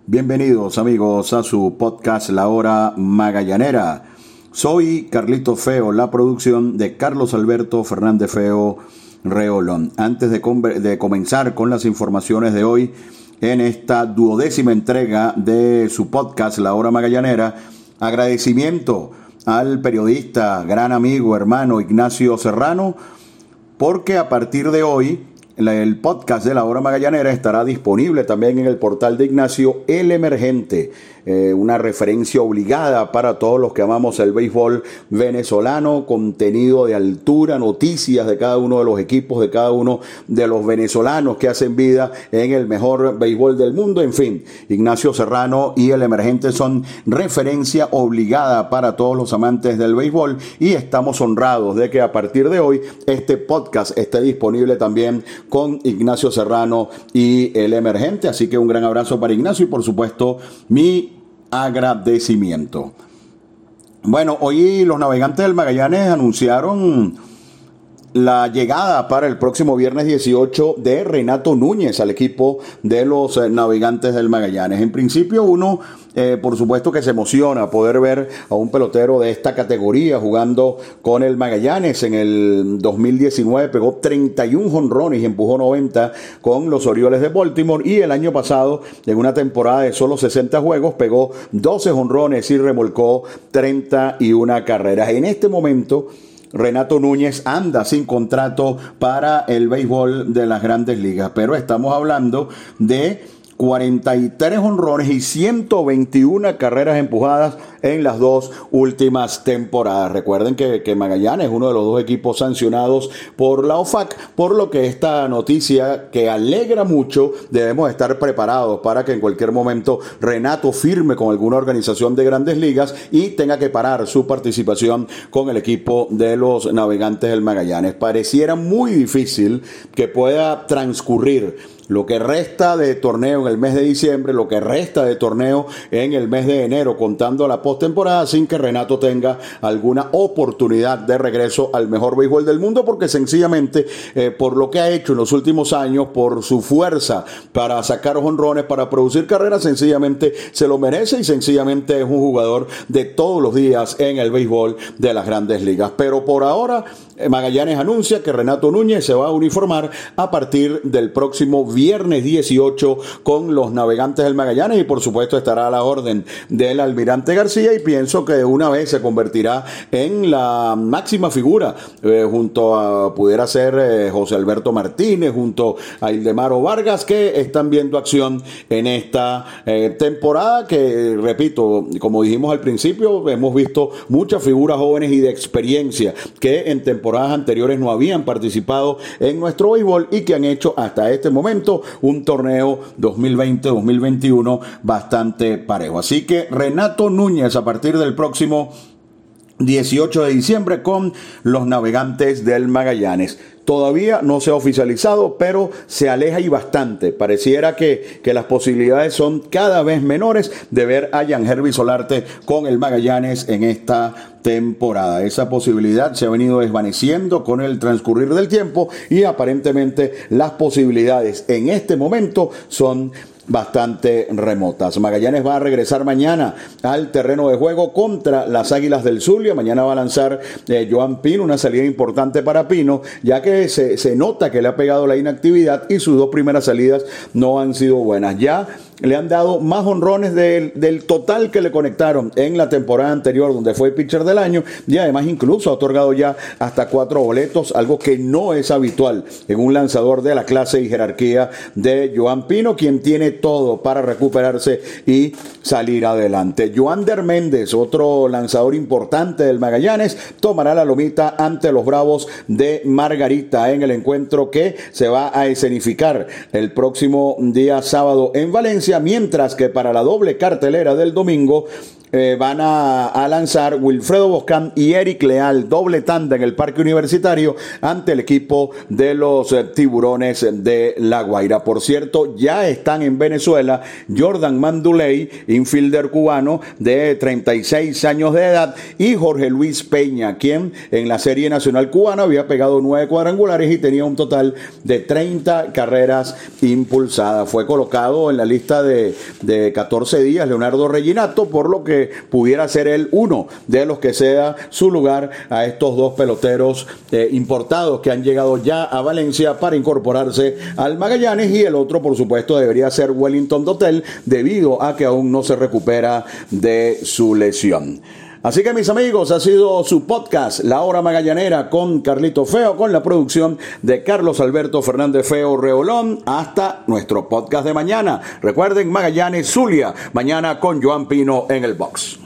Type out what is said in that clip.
Bienvenidos amigos a su podcast La Hora Magallanera. Soy Carlito Feo, la producción de Carlos Alberto Fernández Feo Reolón. Antes de comenzar con las informaciones de hoy en esta 12ª entrega de su podcast La Hora Magallanera, agradecimiento al periodista, gran amigo, hermano Ignacio Serrano, porque a partir de hoy el podcast de La Hora Magallanera estará disponible también en el portal de Ignacio, El Emergente, una referencia obligada para todos los que amamos el béisbol venezolano, contenido de altura, noticias de cada uno de los equipos, de cada uno de los venezolanos que hacen vida en el mejor béisbol del mundo. En fin, Ignacio Serrano y El Emergente son referencia obligada para todos los amantes del béisbol y estamos honrados de que a partir de hoy este podcast esté disponible también con Ignacio Serrano y El Emergente. Así que un gran abrazo para Ignacio y por supuesto mi agradecimiento. Bueno, hoy los Navegantes del Magallanes anunciaron la llegada para el próximo viernes 18 de Renato Núñez al equipo de los Navegantes del Magallanes. En principio uno, por supuesto que se emociona poder ver a un pelotero de esta categoría jugando con el Magallanes. En el 2019 pegó 31 jonrones y empujó 90 con los Orioles de Baltimore, y el año pasado en una temporada de solo 60 juegos pegó 12 jonrones y remolcó 31 carreras. En este momento Renato Núñez anda sin contrato para el béisbol de las Grandes Ligas, pero estamos hablando de 43 jonrones y 121 carreras empujadas en las dos últimas temporadas. Recuerden que Magallanes es uno de los dos equipos sancionados por la OFAC, por lo que esta noticia, que alegra mucho, debemos estar preparados para que en cualquier momento Renato firme con alguna organización de Grandes Ligas y tenga que parar su participación con el equipo de los Navegantes del Magallanes. Pareciera muy difícil que pueda transcurrir lo que resta de torneo en el mes de diciembre, lo que resta de torneo en el mes de enero, contando la postemporada, sin que Renato tenga alguna oportunidad de regreso al mejor béisbol del mundo, porque sencillamente por lo que ha hecho en los últimos años, por su fuerza para sacar jonrones, para producir carreras, sencillamente se lo merece y sencillamente es un jugador de todos los días en el béisbol de las Grandes Ligas. Pero por ahora Magallanes anuncia que Renato Núñez se va a uniformar a partir del próximo viernes 18 con los Navegantes del Magallanes, y por supuesto estará a la orden del Almirante García, y pienso que de una vez se convertirá en la máxima figura junto a, pudiera ser José Alberto Martínez, junto a Ildemaro Vargas, que están viendo acción en esta temporada que, repito, como dijimos al principio, hemos visto muchas figuras jóvenes y de experiencia que en temporadas anteriores no habían participado en nuestro béisbol y que han hecho hasta este momento un torneo 2020-2021 bastante parejo. Así que Renato Núñez a partir del próximo 18 de diciembre con los Navegantes del Magallanes. Todavía no se ha oficializado, pero se aleja y bastante. Pareciera que las posibilidades son cada vez menores de ver a Yangervis Solarte con el Magallanes en esta temporada. Esa posibilidad se ha venido desvaneciendo con el transcurrir del tiempo y aparentemente las posibilidades en este momento son bastante remotas. Magallanes va a regresar mañana al terreno de juego contra las Águilas del Zulia. Mañana va a lanzar Joan Pino, una salida importante para Pino, ya que se nota que le ha pegado la inactividad y sus dos primeras salidas no han sido buenas. Ya le han dado más jonrones del total que le conectaron en la temporada anterior, donde fue pitcher del año, y además incluso ha otorgado ya hasta 4 boletos, algo que no es habitual en un lanzador de la clase y jerarquía de Joan Pino, quien tiene todo para recuperarse y salir adelante. Joander Méndez, otro lanzador importante del Magallanes, tomará la lomita ante los Bravos de Margarita en el encuentro que se va a escenificar el próximo día sábado en Valencia, mientras que para la doble cartelera del domingo van a lanzar Wilfredo Boscán y Eric Leal, doble tanda en el Parque Universitario ante el equipo de los Tiburones de La Guaira. Por cierto, ya están en Venezuela Jordan Manduley, infielder cubano de 36 años de edad, y Jorge Luis Peña, quien en la Serie Nacional Cubana había pegado 9 cuadrangulares y tenía un total de 30 carreras impulsadas. Fue colocado en la lista pausa de 14 días Leonardo Reginato, por lo que pudiera ser él uno de los que ceda su lugar a estos dos peloteros importados que han llegado ya a Valencia para incorporarse al Magallanes, y el otro por supuesto debería ser Wellington Dotel, debido a que aún no se recupera de su lesión. Así que, mis amigos, ha sido su podcast La Hora Magallanera con Carlito Feo, con la producción de Carlos Alberto Fernández Feo Reolón. Hasta nuestro podcast de mañana. Recuerden, Magallanes Zulia, mañana con Joan Pino en el box.